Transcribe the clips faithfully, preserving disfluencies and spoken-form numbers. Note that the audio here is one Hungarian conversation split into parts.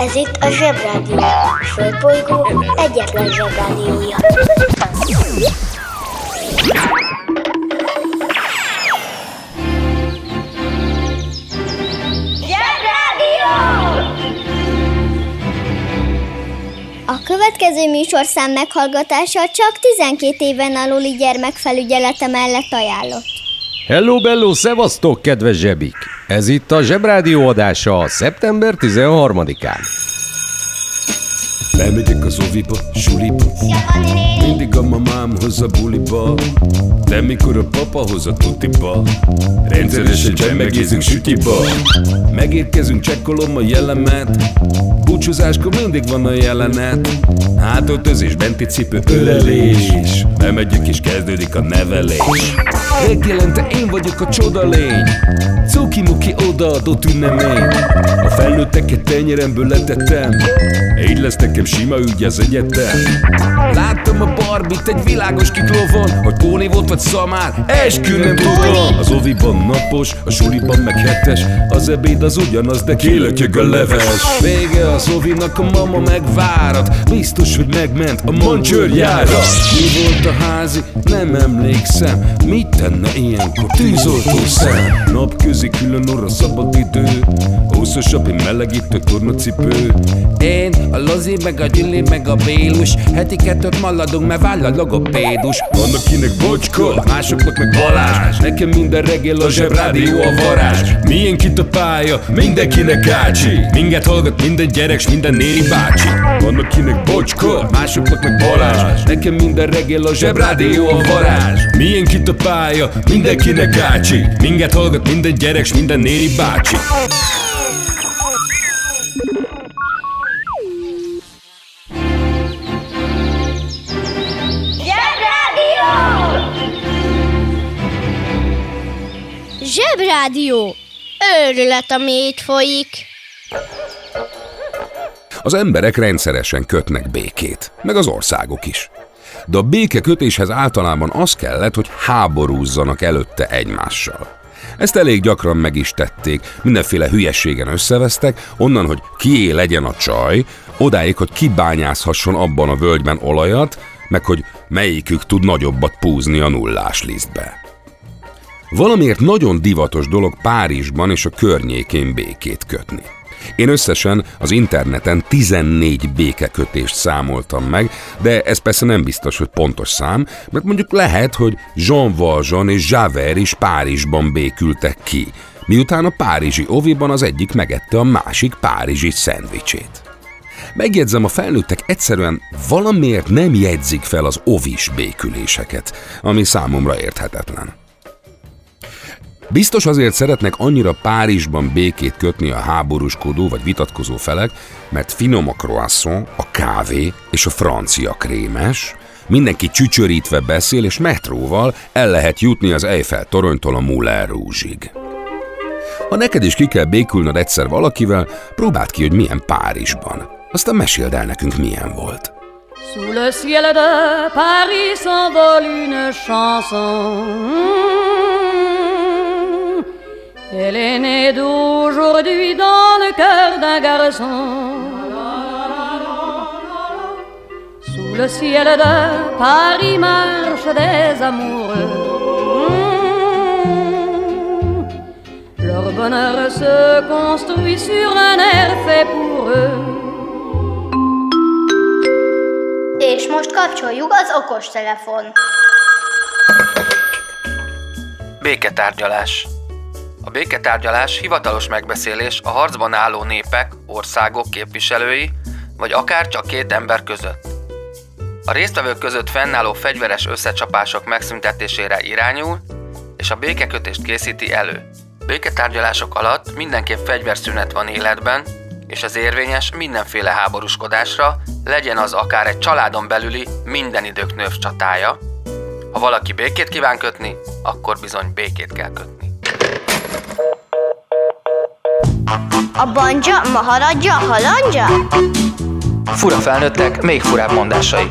Ez itt a Zsebrádió, a Földbolygó egyetlen Zsebrádiója. Zsebrádió! A következő műsorszám meghallgatása csak tizenkét éven aluli gyermekfelügyelete mellett ajánlott. Hello, bello, szevasztok, kedves zsebik! Ez itt a Zsebrádió adása szeptember tizenharmadikán. Lemegyek az oviba, suliba, mindig a mamám hoz a buliba, de mikor a papa hoz a tutiba, rendszeresen csemmegézünk sütiba. Megérkezünk, csekkolom a jellemet, búcsúzáskor mindig van a jelenet, hátöltözés, benti cipő, ölelés, bemegyek és kezdődik a nevelés. Megjelente én vagyok a csoda lény, cuki-muki odaadott ünnemény, a felnőtteket tenyeremből letettem, így lesz nekem sima ügy az egyetem. Láttam a Barbit egy világos kiklovon, hogy póni volt vagy szamár, eskü nem tudom. Az oviban napos, a suliban meg hetes, az ebéd az ugyanaz, de kilötyög a leves. Vége az ovinak, a mama megvárat, biztos, hogy megment a mancsőrjára. Mi volt a házi? Nem emlékszem, mit tenne ilyenkor tűzoltó szem? Napközi külön orra szabad idő, húszosabb, én melegítő tornacipő. Én, a Lozi, meg a Gyüli, meg a Bélus, heti kettőt maladunk, mert váll a logopédus. Van akinek Bocska, másoknak meg Balázs, nekem minden reggel a Zsebrádió a varázs. Miénk itt a pálya, mindenkinek ácsi, minket hallgat minden gyerek, s minden néri bácsi. Van akinek Bocska, másoknak meg Balázs, nekem minden reggel a Zsebrádió a varázs. Miénk itt a pálya, mindenkinek ácsi, minket hallgat minden gyerek, s minden néri bácsi. Zsebrádió! Őrület, ami itt folyik! Az emberek rendszeresen kötnek békét, meg az országok is. De a békekötéshez általában az kellett, hogy háborúzzanak előtte egymással. Ezt elég gyakran meg is tették, mindenféle hülyeségen összevesztek, onnan, hogy kié legyen a csaj, odáig, hogy kibányázhasson abban a völgyben olajat, meg hogy melyikük tud nagyobbat púzni a nullás lisztbe. Valamiért nagyon divatos dolog Párizsban és a környékén békét kötni. Én összesen az interneten tizennégy békekötést számoltam meg, de ez persze nem biztos, hogy pontos szám, mert mondjuk lehet, hogy Jean Valjean és Javert is Párizsban békültek ki, miután a párizsi oviban az egyik megette a másik párizsi szendvicsét. Megjegyzem, a felnőttek egyszerűen valamiért nem jegyzik fel az ovis béküléseket, ami számomra érthetetlen. Biztos azért szeretnek annyira Párizsban békét kötni a háborúskodó vagy vitatkozó felek, mert finom a croissant, a kávé és a francia krémes, mindenki csücsörítve beszél, és metróval el lehet jutni az Eiffel toronytól a Moulin Rouge-ig. Ha neked is ki kell békülnöd egyszer valakivel, próbáld ki, hogy milyen Párizsban. Aztán meséld el nekünk, milyen volt. Sous le ciel de Paris s'envole une chanson. Elle est née d'aujourd'hui dans le cœur d'un garçon. Sous le ciel de Paris marchent des amoureux. Leur bonheur se construit sur un air fait pour eux. És most kapcsoljuk az okostelefon. Béketárgyalás. A béketárgyalás hivatalos megbeszélés a harcban álló népek, országok képviselői, vagy akár csak két ember között. A résztvevők között fennálló fegyveres összecsapások megszüntetésére irányul, és a békekötést készíti elő. Béketárgyalások alatt mindenképp fegyverszünet van életben, és ez érvényes mindenféle háborúskodásra, legyen az akár egy családon belüli minden idők nőv csatája. Ha valaki békét kíván kötni, akkor bizony békét kell kötni. A banja, maharadja, halandja? Fura felnőttek, még furább mondásai.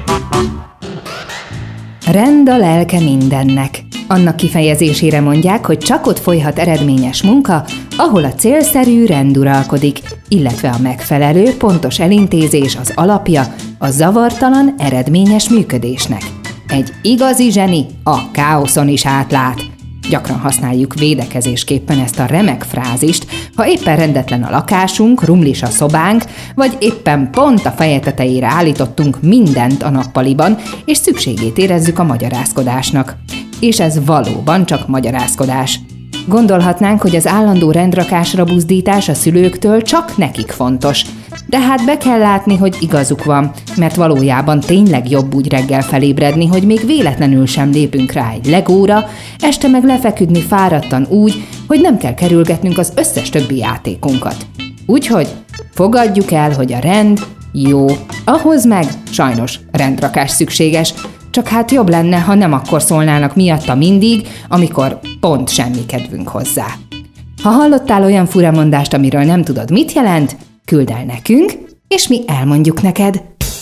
Rend a lelke mindennek. Annak kifejezésére mondják, hogy csak ott folyhat eredményes munka, ahol a célszerű rend uralkodik. illetve a megfelelő, pontos elintézés az alapja a zavartalan, eredményes működésnek. Egy igazi zseni a káoszon is átlát. Gyakran használjuk védekezésképpen ezt a remek frázist, ha éppen rendetlen a lakásunk, rumlis a szobánk, vagy éppen pont a feje tetejére állítottunk mindent a nappaliban, és szükségét érezzük a magyarázkodásnak. És ez valóban csak magyarázkodás. Gondolhatnánk, hogy az állandó rendrakásra buzdítás a szülőktől csak nekik fontos. De hát be kell látni, hogy igazuk van, mert valójában tényleg jobb úgy reggel felébredni, hogy még véletlenül sem lépünk rá egy legóra, este meg lefeküdni fáradtan úgy, hogy nem kell kerülgetnünk az összes többi játékunkat. Úgyhogy fogadjuk el, hogy a rend jó, ahhoz meg sajnos rendrakás szükséges, csak hát jobb lenne, ha nem akkor szólnának miatta mindig, amikor pont semmi kedvünk hozzá. Ha hallottál olyan furamondást, amiről nem tudod, mit jelent, küld el nekünk, és mi elmondjuk neked.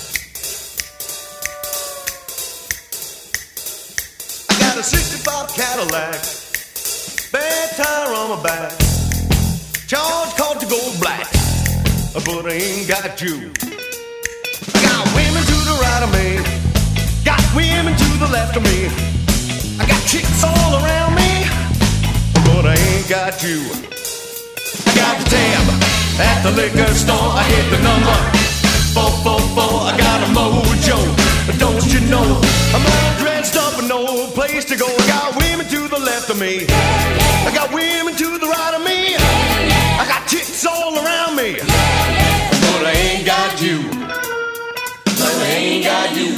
I got a sixty-five Cadillac, bad tire on my back, charge called to go black, but I ain't got you. I got women to the right of me, got women to the left of me, I got chicks all around me, but I ain't got you. I got the tab at the liquor store, I hit the number four four four, I got a mojo, don't you know, I'm all dressed up and no place to go. I got women to the left of me, I got women to the right of me, I got chicks all around me, but I ain't got you, but I ain't got you.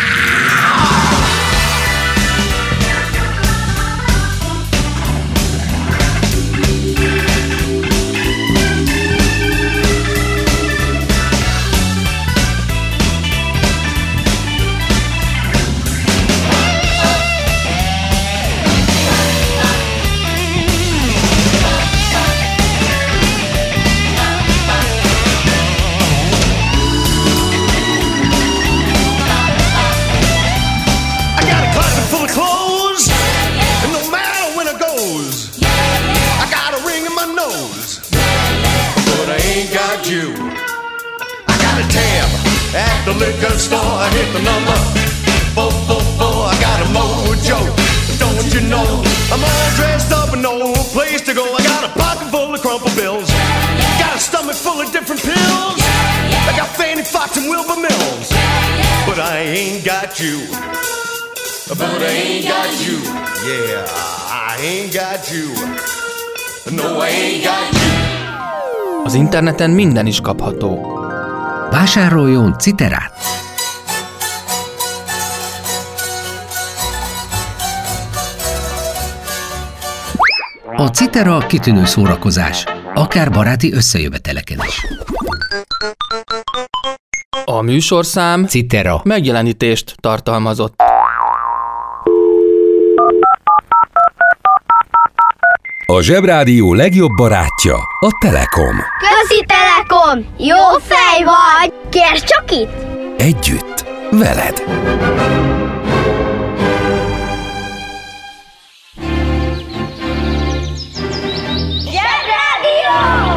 At the liquor store, I hit the number four four four, I got a mojo, don't you know, I'm all dressed up and no place to go. I got a pocket full of crumple bills, got a stomach full of different pills, I got Fanny Fox and Wilbur Mills, but I ain't got you, but I ain't got you, yeah, I ain't got you, no, I ain't got you. Az interneten minden is kapható. Vásároljon Citerát! A Citera kitűnő szórakozás, akár baráti összejöveteleken is. A műsorszám Citera megjelenítést tartalmazott. A Zsebrádió legjobb barátja a Telekom. Közi Telekom! Jó fej vagy! Kérd csak itt! Együtt, veled! Zsebrádió!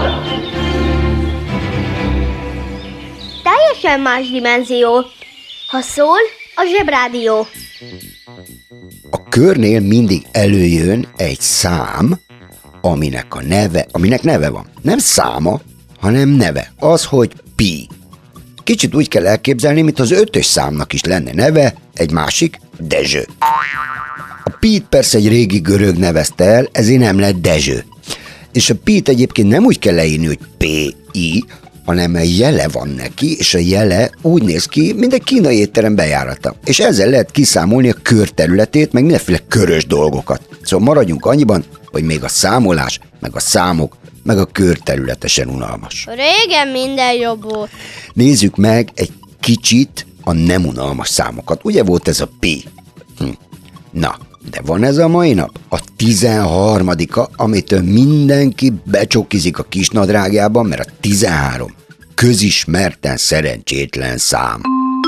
Teljesen más dimenzió. Ha szól, a Zsebrádió. A körnél mindig előjön egy szám, aminek a neve, aminek neve van. Nem száma, hanem neve. Az, hogy pi. Kicsit úgy kell elképzelni, mint az ötös számnak is lenne neve, egy másik, Dezső. A pit persze egy régi görög nevezte el, ezért nem lett Dezső. És a pit egyébként nem úgy kell leírni, hogy P-I, hanem egy jele van neki, és a jele úgy néz ki, mint egy kínai étterem bejárata. És ezzel lehet kiszámolni a kör területét, meg mindenféle körös dolgokat. Szóval maradjunk annyiban, hogy még a számolás, meg a számok, meg a kör területesen unalmas. Régen minden jobb volt. Nézzük meg egy kicsit a nem unalmas számokat. Ugye volt ez a pi? Hm. Na, de van ez a mai nap? A tizenharmadika, amitől mindenki becsokizik a kisnadrágjában, mert a tizenhárom közismerten szerencsétlen szám.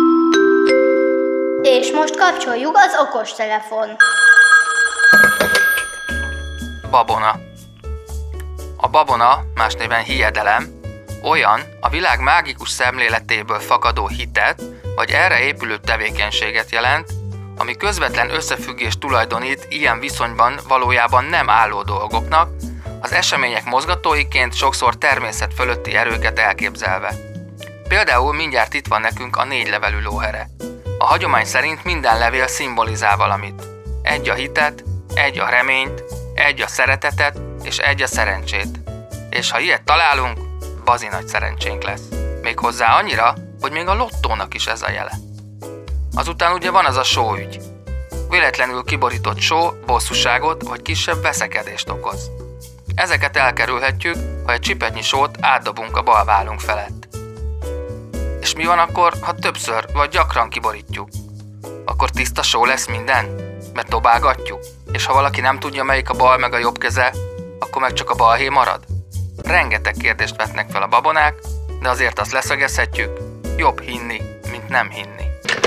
És most kapcsoljuk az okostelefon. Babona. A babona, más néven hiedelem, olyan a világ mágikus szemléletéből fakadó hitet, vagy erre épülő tevékenységet jelent, ami közvetlen összefüggést tulajdonít ilyen viszonyban valójában nem álló dolgoknak, az események mozgatóiként sokszor természet fölötti erőket elképzelve. Például mindjárt itt van nekünk a négy levelű lóhere. A hagyomány szerint minden levél szimbolizál valamit. Egy a hitet, egy a reményt, egy a szeretetet és egy a szerencsét. És ha ilyet találunk, bazi nagy szerencsénk lesz. Méghozzá annyira, hogy még a lottónak is ez a jele. Azután ugye van az a sóügy. Véletlenül kiborított só bosszúságot vagy kisebb veszekedést okoz. Ezeket elkerülhetjük, ha egy csipetnyi sót átdobunk a bal vállunk felett. És mi van akkor, ha többször vagy gyakran kiborítjuk? Akkor tiszta só lesz minden? Mert dobálgatjuk? És ha valaki nem tudja, melyik a bal meg a jobb keze, akkor meg csak a balhé marad? Rengeteg kérdést vetnek fel a babonák, de azért azt leszögezhetjük, jobb hinni, mint nem hinni.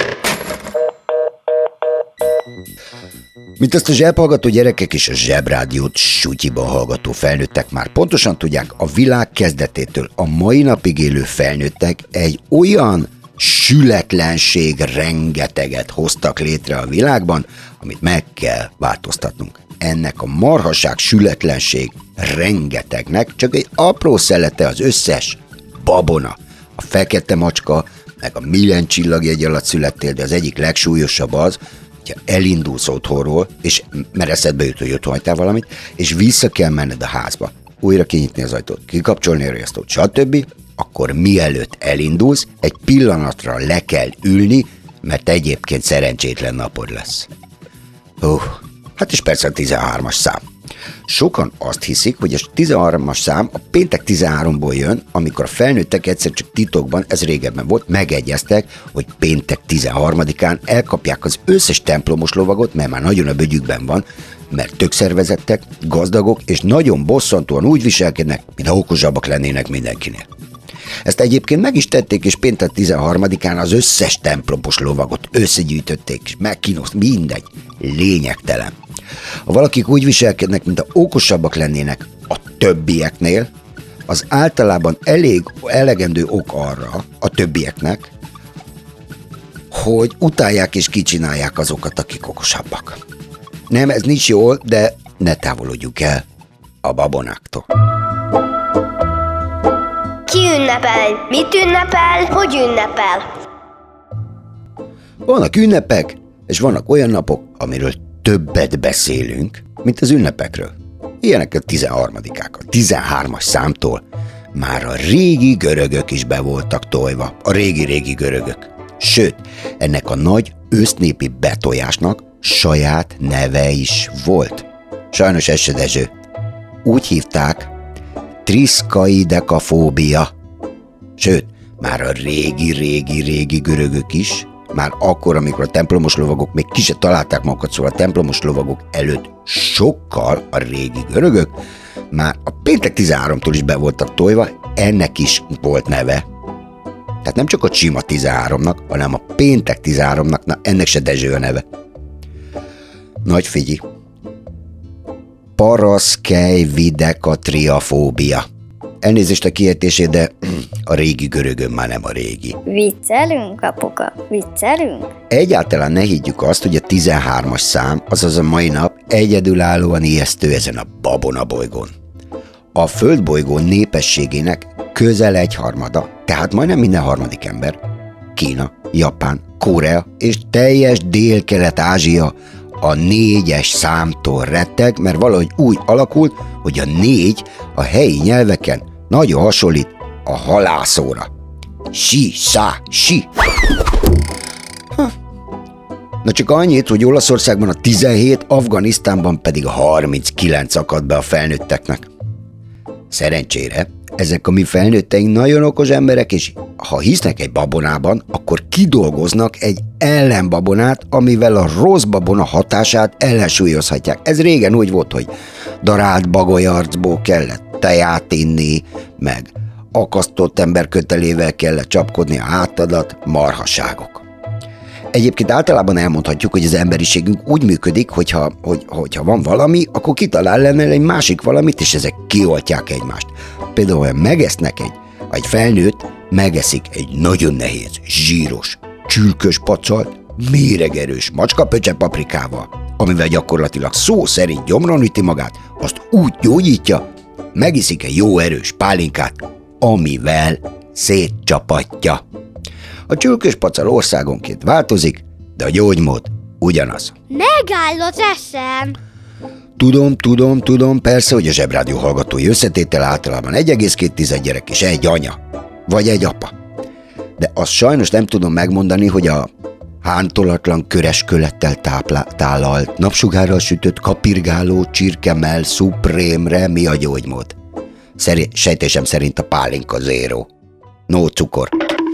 Mint azt a zsebhallgató gyerekek és a zsebrádiót sutyiba hallgató felnőttek már pontosan tudják, a világ kezdetétől a mai napig élő felnőttek egy olyan sületlenség rengeteget hoztak létre a világban, amit meg kell változtatnunk. Ennek a marhaság sületlenség rengetegnek csak egy apró szelete az összes babona. A fekete macska, meg a milliárd csillagjegy alatt születtél, de az egyik legsúlyosabb az, hogyha elindulsz otthonról, és mert eszedbe jut, hogy otthon hagytál valamit, és vissza kell menned a házba, újra kinyitni az ajtót, kikapcsolni a riasztót, stb., akkor mielőtt elindulsz, egy pillanatra le kell ülni, mert egyébként szerencsétlen napod lesz. Uh, hát és persze a tizenhármas szám. Sokan azt hiszik, hogy a tizenhármas szám a péntek tizenháromból jön, amikor a felnőttek egyszer csak titokban, ez régebben volt, megegyeztek, hogy péntek tizenharmadikán elkapják az összes templomos lovagot, mert már nagyon a bögyükben van, mert tök szervezettek, gazdagok, és nagyon bosszantóan úgy viselkednek, mintha okosabbak lennének mindenkinél. Ezt egyébként meg is tették, és péntek tizenharmadikán az összes templomos lovagot összegyűjtötték, és megkínozták, mindegy, lényegtelen. Ha valakik úgy viselkednek, mintha okosabbak lennének a többieknél, az általában elég elegendő ok arra a többieknek, hogy utálják és kicsinálják azokat, akik okosabbak. Nem, ez nincs jól, de ne távolodjunk el a babonáktól. Ki ünnepel? Mit ünnepel? Hogy ünnepel? Vannak ünnepek, és vannak olyan napok, amiről többet beszélünk, mint az ünnepekről. Ilyenek a tizenharmadikák, a tizenhármas számtól már a régi görögök is be voltak tojva, a régi-régi görögök. Sőt, ennek a nagy ősznépi betojásnak saját neve is volt. Sajnos ez se Dezső. Úgy hívták triszkaidekafóbia. Sőt, már a régi-régi-régi görögök is, már akkor, amikor a templomos lovagok még ki se találták magukat, szóval a templomos lovagok előtt sokkal a régi görögök, már a péntek tizenháromtól is be voltak tojva, ennek is volt neve. Tehát nem csak a sima tizenháromnak, hanem a péntek tizenháromnak, na ennek se Dezső a neve. Nagy figyi. Paraszkejvidekatriafóbia. Elnézést a kiejtését, de a régi görögön már nem a régi. Viccelünk, apuka? Viccelünk? Egyáltalán ne higgyük azt, hogy a tizenhármas szám, azaz a mai nap egyedülállóan ijesztő ezen a babonabolygón. A földbolygó népességének közel egyharmada, tehát majdnem minden harmadik ember, Kína, Japán, Korea és teljes Dél-Kelet-Ázsia a négyes számtól retteg, mert valahogy úgy alakult, hogy a négy a helyi nyelveken nagyon hasonlít a halászóra. Si, szá, si. Ha. Na csak annyit, hogy Olaszországban a tizenhét, Afganisztánban pedig a harminckilenc akad be a felnőtteknek. Szerencsére ezek a mi felnőtteink nagyon okos emberek, és ha hisznek egy babonában, akkor kidolgoznak egy ellenbabonát, amivel a rossz babona hatását ellensúlyozhatják. Ez régen úgy volt, hogy darált bagolyarcból kellett teját inni, meg akasztott emberkötelével kellett csapkodni a hátadat, marhaságok. Egyébként általában elmondhatjuk, hogy az emberiségünk úgy működik, hogyha, hogy, hogyha van valami, akkor kitalál lenne egy másik valamit, és ezek kioltják egymást. Például, ha megesznek egy, egy felnőtt megeszik egy nagyon nehéz, zsíros, csülkös pacalt, méregerős macskapöcse paprikával, amivel gyakorlatilag szó szerint gyomron üti magát, azt úgy gyógyítja, megiszik egy jó erős pálinkát, amivel szétcsapatja. A csülkös pacal országonként változik, de a gyógymód ugyanaz. Megáll az eszem! Tudom, tudom, tudom, persze, hogy a Zsebrádió hallgatói összetétel általában egy egész két gyerek és egy anya, vagy egy apa. De azt sajnos nem tudom megmondani, hogy a hántolatlan köreskölettel táplá- tálalt, napsugárral sütött kapirgáló csirkemell szuprémre mi a gyógymód. Szeri- sejtésem szerint a pálinka zéro. No cukor.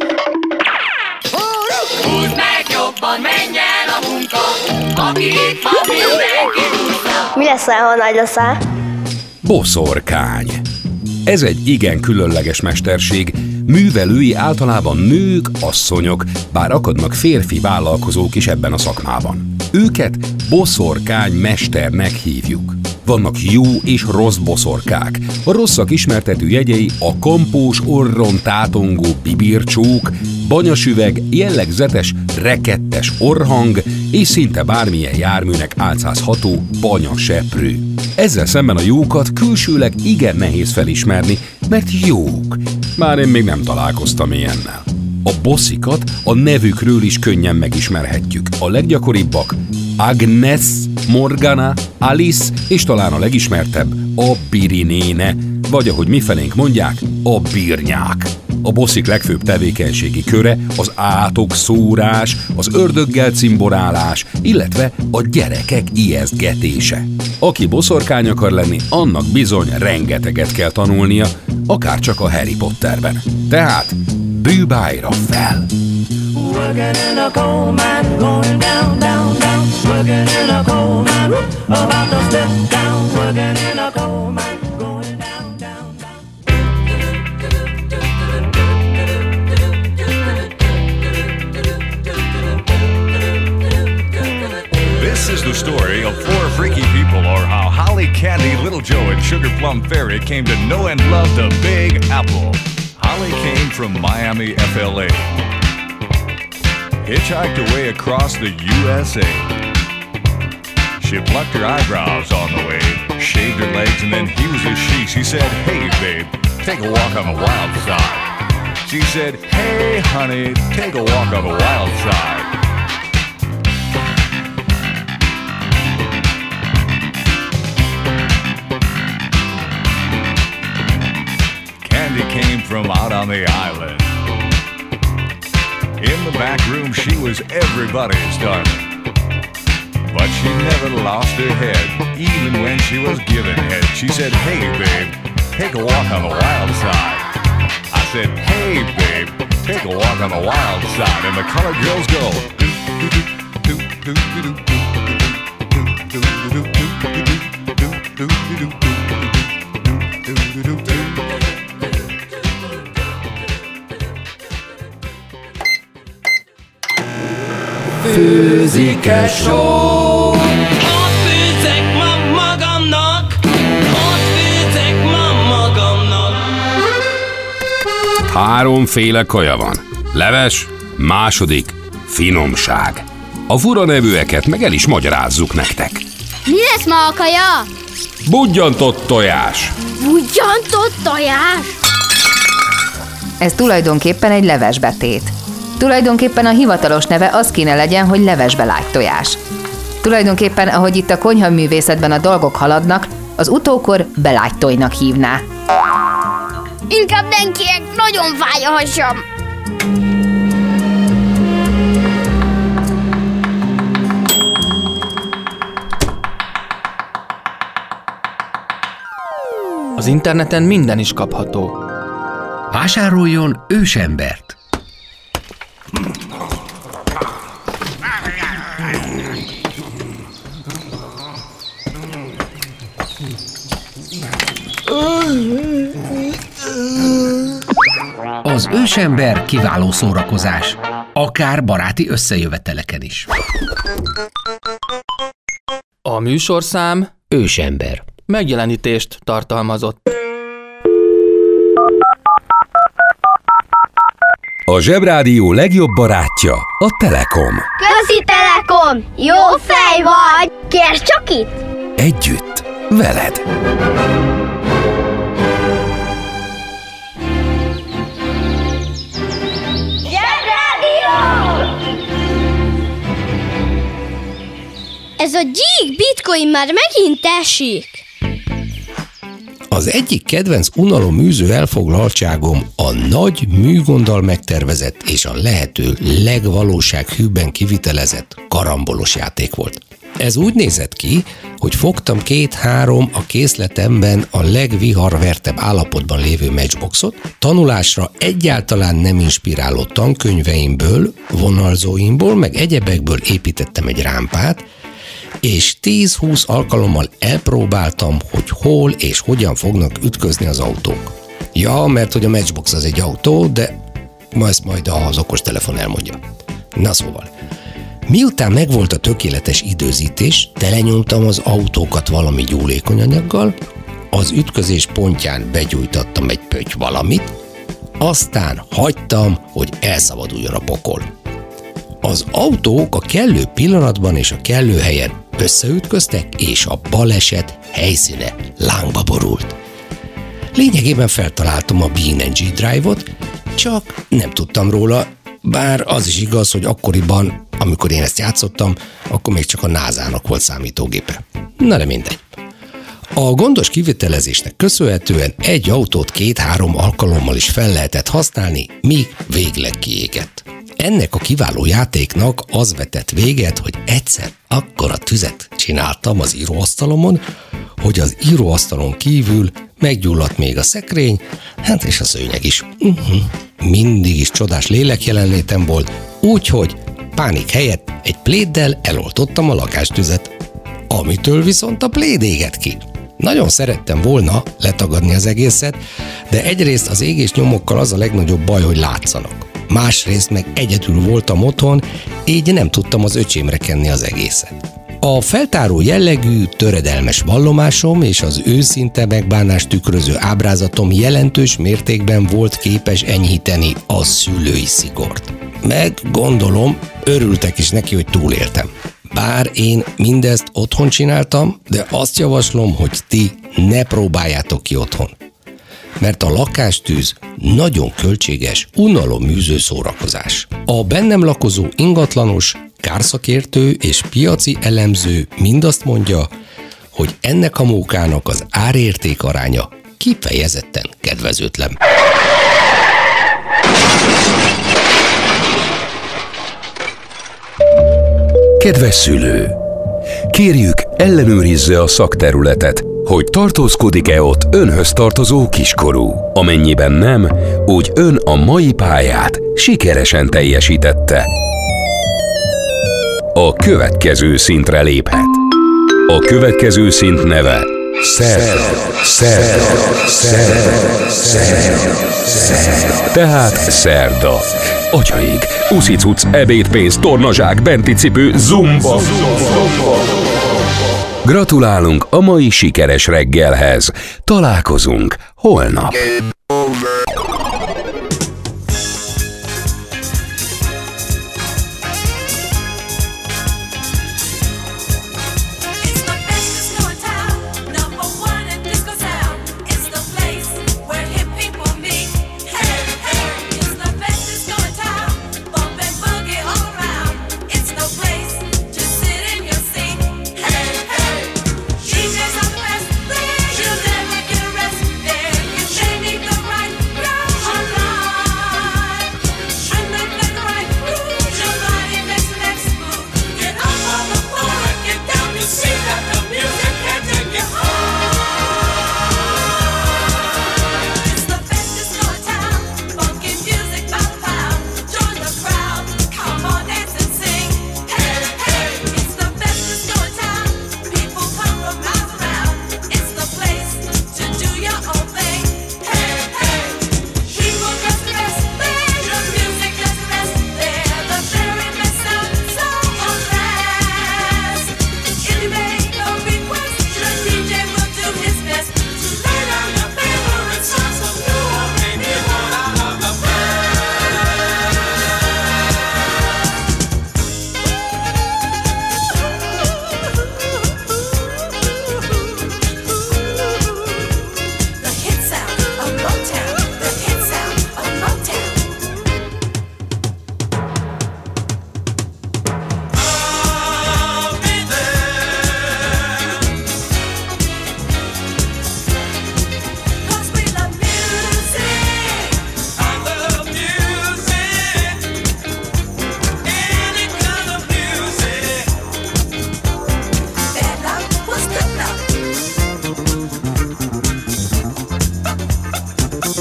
Húzd meg jobban, menj el a munka, aki itt van, mindenki húzza. Mi leszel, ha nagy leszel? Boszorkány. Ez egy igen különleges mesterség. Művelői általában nők, asszonyok, bár akadnak férfi vállalkozók is ebben a szakmában. Őket boszorkány mesternek hívjuk. Vannak jó és rossz boszorkák. A rosszak ismertető jegyei a kampós orron tátongó bibircsók, banyasüveg, jellegzetes, rekettes orrhang és szinte bármilyen járműnek álcázható banyaseprő. Ezzel szemben a jókat külsőleg igen nehéz felismerni, mert jók. Bár én még nem találkoztam ilyennel. A bosszikat a nevükről is könnyen megismerhetjük. A leggyakoribbak Agnes, Morgana, Alice és talán a legismertebb a Birinéne, vagy ahogy mifelénk mondják, a birnyák. A bosszik legfőbb tevékenységi köre az átokszórás, az ördöggel cimborálás, illetve a gyerekek ijesztgetése. Aki boszorkány akar lenni, annak bizony rengeteget kell tanulnia, akár csak a Harry Potterben. Tehát bűbájra fel! Working in a coal mine, going down, down, down. Working in a coal mine, about to step down. Working in a coal mine, going down, down, down. This is the story of four freaky people, or how Holly, Candy, Little Joe, and Sugar Plum Fairy came to know and love the Big Apple. Holly came from Miami, F L A. Hitchhiked away across the U S A. She plucked her eyebrows on the way, shaved her legs, and then he was a she. She said, hey, babe, take a walk on the wild side. She said, hey, honey, take a walk on the wild side. Candy came from out on the island. In the back room, she was everybody's darling. But she never lost her head, even when she was given head. She said, hey, babe, take a walk on the wild side. I said, hey, babe, take a walk on the wild side. And the colored girls go. Főzike show. Ott főzek ma magamnak, ott főzek ma magamnak. Háromféle kaja van. Leves, második, finomság. A fura nevűeket meg el is magyarázzuk nektek. Mi lesz ma a kaja? Budjantott tojás. Budjantott tojás? Ez tulajdonképpen egy levesbetét. Tulajdonképpen a hivatalos neve az kéne legyen, hogy levesbe lágy tojás. Tulajdonképpen, ahogy itt a konyhaművészetben a dolgok haladnak, az utókor belágytojnak hívná. Inkább nem kérek, nagyon fáj a hasam. Az interneten minden is kapható. Vásároljon ősembert! Az ősember kiváló szórakozás, akár baráti összejöveteleken is. A műsorszám Ősember. megjelenítést tartalmazott. A Zsebrádió legjobb barátja a Telekom. Közi Telekom! Jó fej vagy! Kérd csak itt! Együtt, veled! Ez a gyík bitcoin már megint esik. Az egyik kedvenc unaloműző elfoglaltságom a nagy műgonddal megtervezett és a lehető legvalósághűbben kivitelezett karambolos játék volt. Ez úgy nézett ki, hogy fogtam két-három a készletemben a legviharvertebb állapotban lévő matchboxot, tanulásra egyáltalán nem inspiráló tankönyveimből, vonalzóimból, meg egyebekből építettem egy rámpát, és tíz-húsz alkalommal elpróbáltam, hogy hol és hogyan fognak ütközni az autók. Ja, mert hogy a Matchbox az egy autó, de ma ezt majd az okostelefon elmondja. Na szóval, miután megvolt a tökéletes időzítés, telenyomtam az autókat valami gyúlékony anyaggal, az ütközés pontján begyújtattam egy pötty valamit, aztán hagytam, hogy elszabaduljon a pokol. Az autók a kellő pillanatban és a kellő helyen összeütköztek, és a baleset helyszíne lángba borult. Lényegében feltaláltam a bé en gé Drive-ot, csak nem tudtam róla, bár az is igaz, hogy akkoriban, amikor én ezt játszottam, akkor még csak a nászának volt számítógépe. Na de mindegy. A gondos kivitelezésnek köszönhetően egy autót két-három alkalommal is fel lehetett használni, míg végleg kiégett. Ennek a kiváló játéknak az vetett véget, hogy egyszer akkora tüzet csináltam az íróasztalomon, hogy az íróasztalon kívül meggyulladt még a szekrény, hát és a szőnyeg is. Uh-huh. Mindig is csodás lélekjelenlétem volt, úgyhogy pánik helyett egy pléddel eloltottam a lakástüzet, amitől viszont a pléd égett ki. Nagyon szerettem volna letagadni az egészet, de egyrészt az égés nyomokkal az a legnagyobb baj, hogy látszanak. Másrészt meg egyedül voltam otthon, így nem tudtam az öcsémre kenni az egészet. A feltáró jellegű, töredelmes vallomásom és az őszinte megbánást tükröző ábrázatom jelentős mértékben volt képes enyhíteni a szülői szigort. Meg gondolom, örültek is neki, hogy túléltem. Bár én mindezt otthon csináltam, de azt javaslom, hogy ti ne próbáljátok ki otthon. Mert a lakástűz nagyon költséges, unalomműző szórakozás. A bennem lakozó ingatlanos, kárszakértő és piaci elemző mind azt mondja, hogy ennek a mókának az árérték aránya kifejezetten kedvezőtlen. Kedves szülő! Kérjük, ellenőrizze a szakterületet, hogy tartózkodik-e ott önhöz tartozó kiskorú. Amennyiben nem, úgy ön a mai pályát sikeresen teljesítette. A következő szintre léphet. A következő szint neve Szerda, szerda, szerda, szerda, szerda. Tehát szerda. Atyaig, uszicuc, ebédpénz, tornazsák, benti cipő, zumba. Gratulálunk a mai sikeres reggelhez. Találkozunk holnap. Right.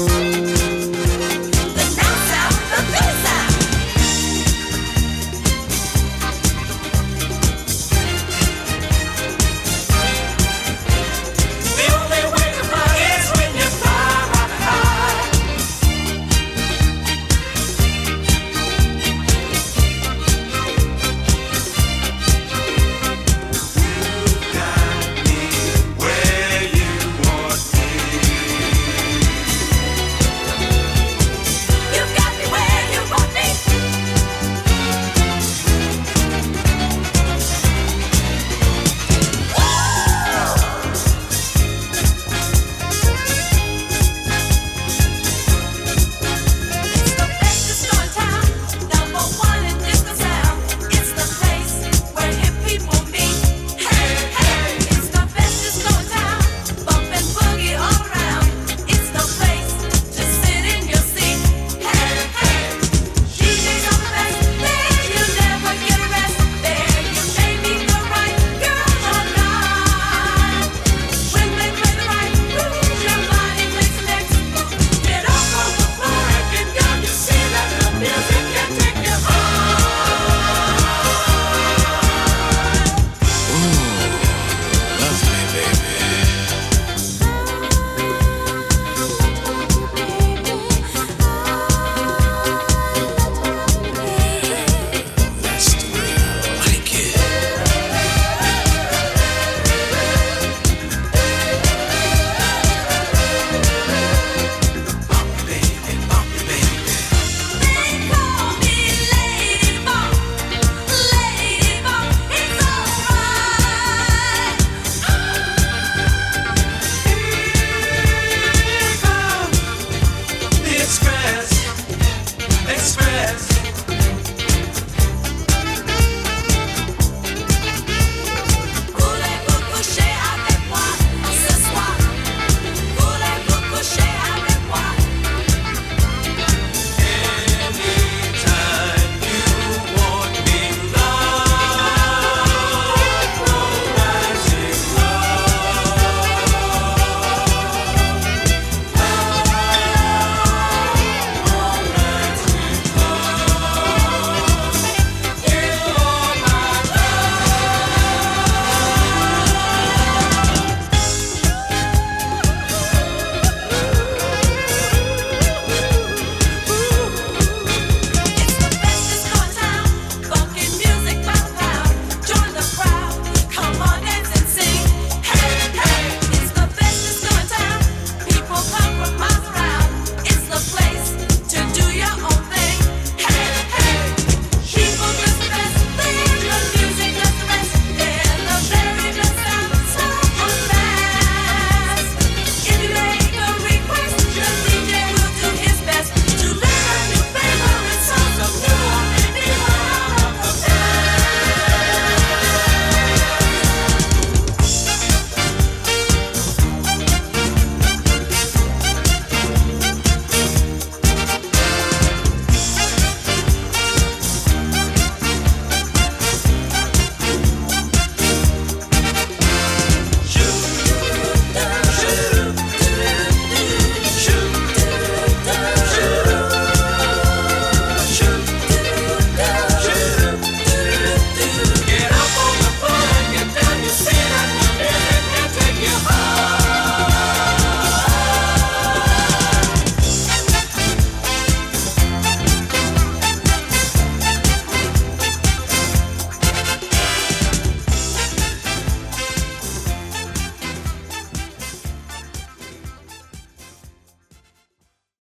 Thank you.